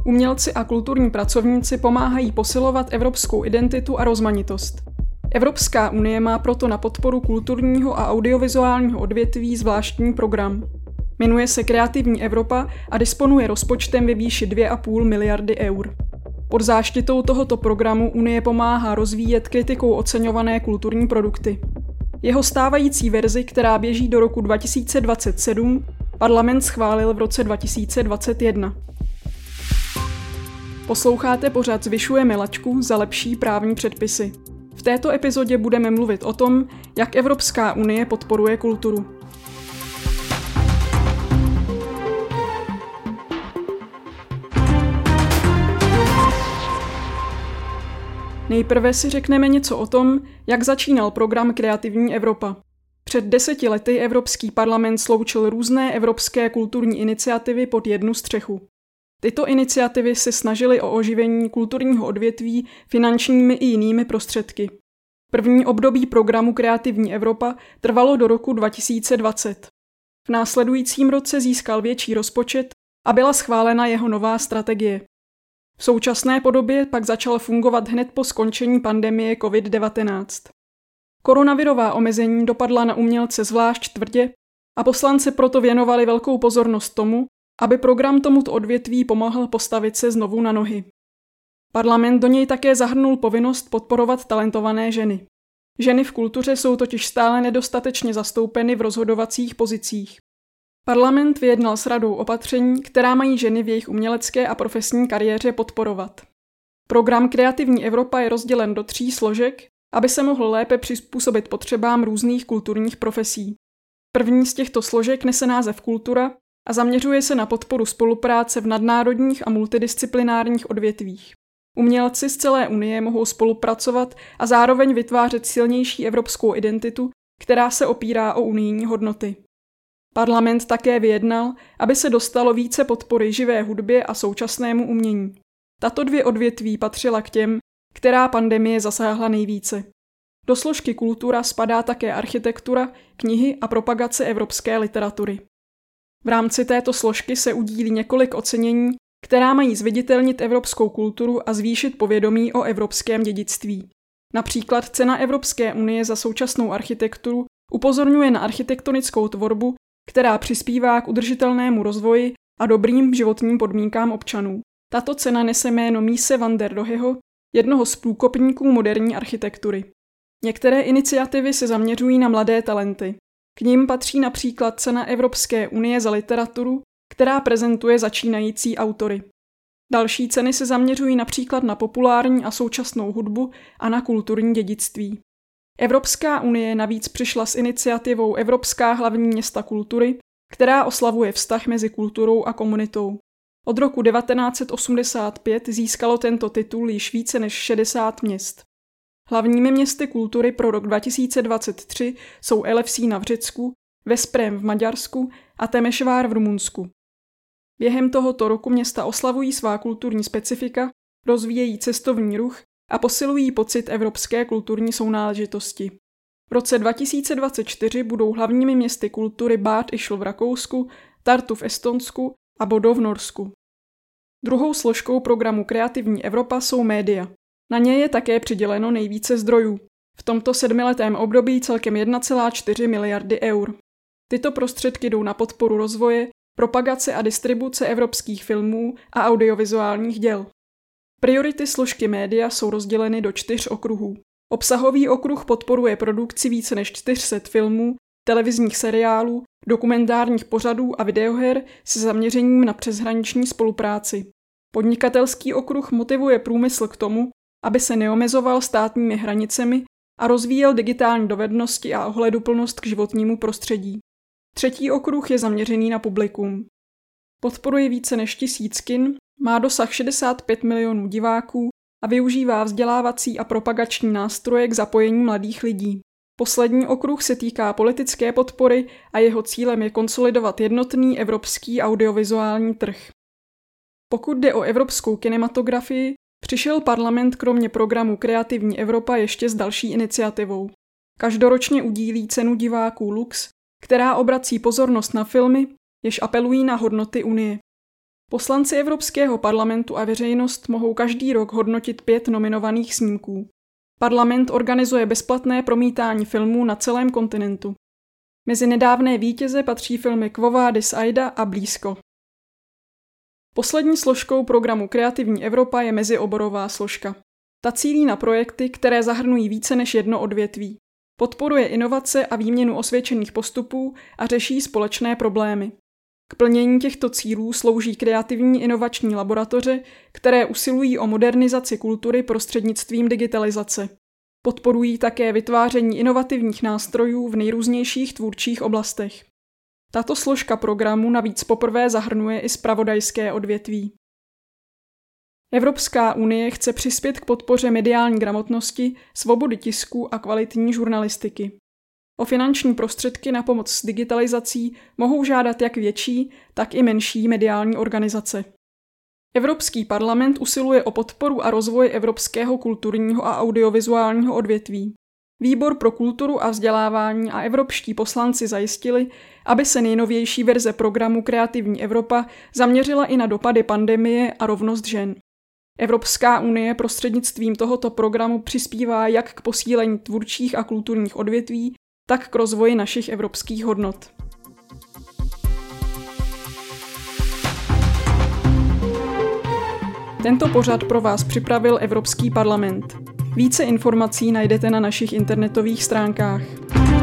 Umělci a kulturní pracovníci pomáhají posilovat evropskou identitu a rozmanitost. Evropská unie má proto na podporu kulturního a audiovizuálního odvětví zvláštní program. Jmenuje se Kreativní Evropa a disponuje rozpočtem ve výši 2,5 miliardy eur. Pod záštitou tohoto programu Unie pomáhá rozvíjet kritikou oceňované kulturní produkty. Jeho stávající verzi, která běží do roku 2027, parlament schválil v roce 2021. Posloucháte pořad Zvyšujeme laťku za lepší právní předpisy. V této epizodě budeme mluvit o tom, jak Evropská unie podporuje kulturu. Nejprve si řekneme něco o tom, jak začínal program Kreativní Evropa. Před 10 lety Evropský parlament sloučil různé evropské kulturní iniciativy pod jednu střechu. Tyto iniciativy se snažily o oživení kulturního odvětví finančními i jinými prostředky. První období programu Kreativní Evropa trvalo do roku 2020. V následujícím roce získal větší rozpočet a byla schválena jeho nová strategie. V současné podobě pak začal fungovat hned po skončení pandemie COVID-19. Koronavirová omezení dopadla na umělce zvlášť tvrdě a poslanci proto věnovali velkou pozornost tomu, aby program tomuto odvětví pomohl postavit se znovu na nohy. Parlament do něj také zahrnul povinnost podporovat talentované ženy. Ženy v kultuře jsou totiž stále nedostatečně zastoupeny v rozhodovacích pozicích. Parlament vyjednal s radou opatření, která mají ženy v jejich umělecké a profesní kariéře podporovat. Program Kreativní Evropa je rozdělen do 3 složek, aby se mohl lépe přizpůsobit potřebám různých kulturních profesí. První z těchto složek nese název Kultura a zaměřuje se na podporu spolupráce v nadnárodních a multidisciplinárních odvětvích. Umělci z celé Unie mohou spolupracovat a zároveň vytvářet silnější evropskou identitu, která se opírá o unijní hodnoty. Parlament také vyjednal, aby se dostalo více podpory živé hudbě a současnému umění. Tato 2 odvětví patřila k těm, která pandemie zasáhla nejvíce. Do složky kultura spadá také architektura, knihy a propagace evropské literatury. V rámci této složky se udílí několik ocenění, která mají zviditelnit evropskou kulturu a zvýšit povědomí o evropském dědictví. Například cena Evropské unie za současnou architekturu upozorňuje na architektonickou tvorbu, která přispívá k udržitelnému rozvoji a dobrým životním podmínkám občanů. Tato cena nese jméno Mise van der Roheho, jednoho z průkopníků moderní architektury. Některé iniciativy se zaměřují na mladé talenty. K nim patří například cena Evropské unie za literaturu, která prezentuje začínající autory. Další ceny se zaměřují například na populární a současnou hudbu a na kulturní dědictví. Evropská unie navíc přišla s iniciativou Evropská hlavní města kultury, která oslavuje vztah mezi kulturou a komunitou. Od roku 1985 získalo tento titul již více než 60 měst. Hlavními městy kultury pro rok 2023 jsou Elefsína v Řecku, Veszprém v Maďarsku a Temešvár v Rumunsku. Během tohoto roku města oslavují svá kulturní specifika, rozvíjejí cestovní ruch a posilují pocit evropské kulturní sounáležitosti. V roce 2024 budou hlavními městy kultury Bad Ischl v Rakousku, Tartu v Estonsku a Bodo v Norsku. Druhou složkou programu Kreativní Evropa jsou média. Na ně je také přiděleno nejvíce zdrojů. V tomto 7letém období celkem 1,4 miliardy eur. Tyto prostředky jdou na podporu rozvoje, propagace a distribuce evropských filmů a audiovizuálních děl. Priority složky média jsou rozděleny do 4 okruhů. Obsahový okruh podporuje produkci více než 400 filmů, televizních seriálů, dokumentárních pořadů a videoher se zaměřením na přeshraniční spolupráci. Podnikatelský okruh motivuje průmysl k tomu, aby se neomezoval státními hranicemi a rozvíjel digitální dovednosti a ohleduplnost k životnímu prostředí. Třetí okruh je zaměřený na publikum. Podporuje více než 1000 kin, má dosah 65 milionů diváků a využívá vzdělávací a propagační nástroje k zapojení mladých lidí. Poslední okruh se týká politické podpory a jeho cílem je konsolidovat jednotný evropský audiovizuální trh. Pokud jde o evropskou kinematografii, přišel parlament kromě programu Kreativní Evropa ještě s další iniciativou. Každoročně udílí cenu diváků Lux, která obrací pozornost na filmy, jež apelují na hodnoty Unie. Poslanci Evropského parlamentu a veřejnost mohou každý rok hodnotit 5 nominovaných snímků. Parlament organizuje bezplatné promítání filmů na celém kontinentu. Mezi nedávné vítěze patří filmy Quo Vadis Aida a Blízko. Poslední složkou programu Kreativní Evropa je mezioborová složka. Ta cílí na projekty, které zahrnují více než jedno odvětví. Podporuje inovace a výměnu osvědčených postupů a řeší společné problémy. K plnění těchto cílů slouží kreativní inovační laboratoře, které usilují o modernizaci kultury prostřednictvím digitalizace. Podporují také vytváření inovativních nástrojů v nejrůznějších tvůrčích oblastech. Tato složka programu navíc poprvé zahrnuje i zpravodajské odvětví. Evropská unie chce přispět k podpoře mediální gramotnosti, svobody tisku a kvalitní žurnalistiky. O finanční prostředky na pomoc s digitalizací mohou žádat jak větší, tak i menší mediální organizace. Evropský parlament usiluje o podporu a rozvoj evropského kulturního a audiovizuálního odvětví. Výbor pro kulturu a vzdělávání a evropští poslanci zajistili, aby se nejnovější verze programu Kreativní Evropa zaměřila i na dopady pandemie a rovnost žen. Evropská unie prostřednictvím tohoto programu přispívá jak k posílení tvůrčích a kulturních odvětví, tak k rozvoji našich evropských hodnot. Tento pořad pro vás připravil Evropský parlament. Více informací najdete na našich internetových stránkách.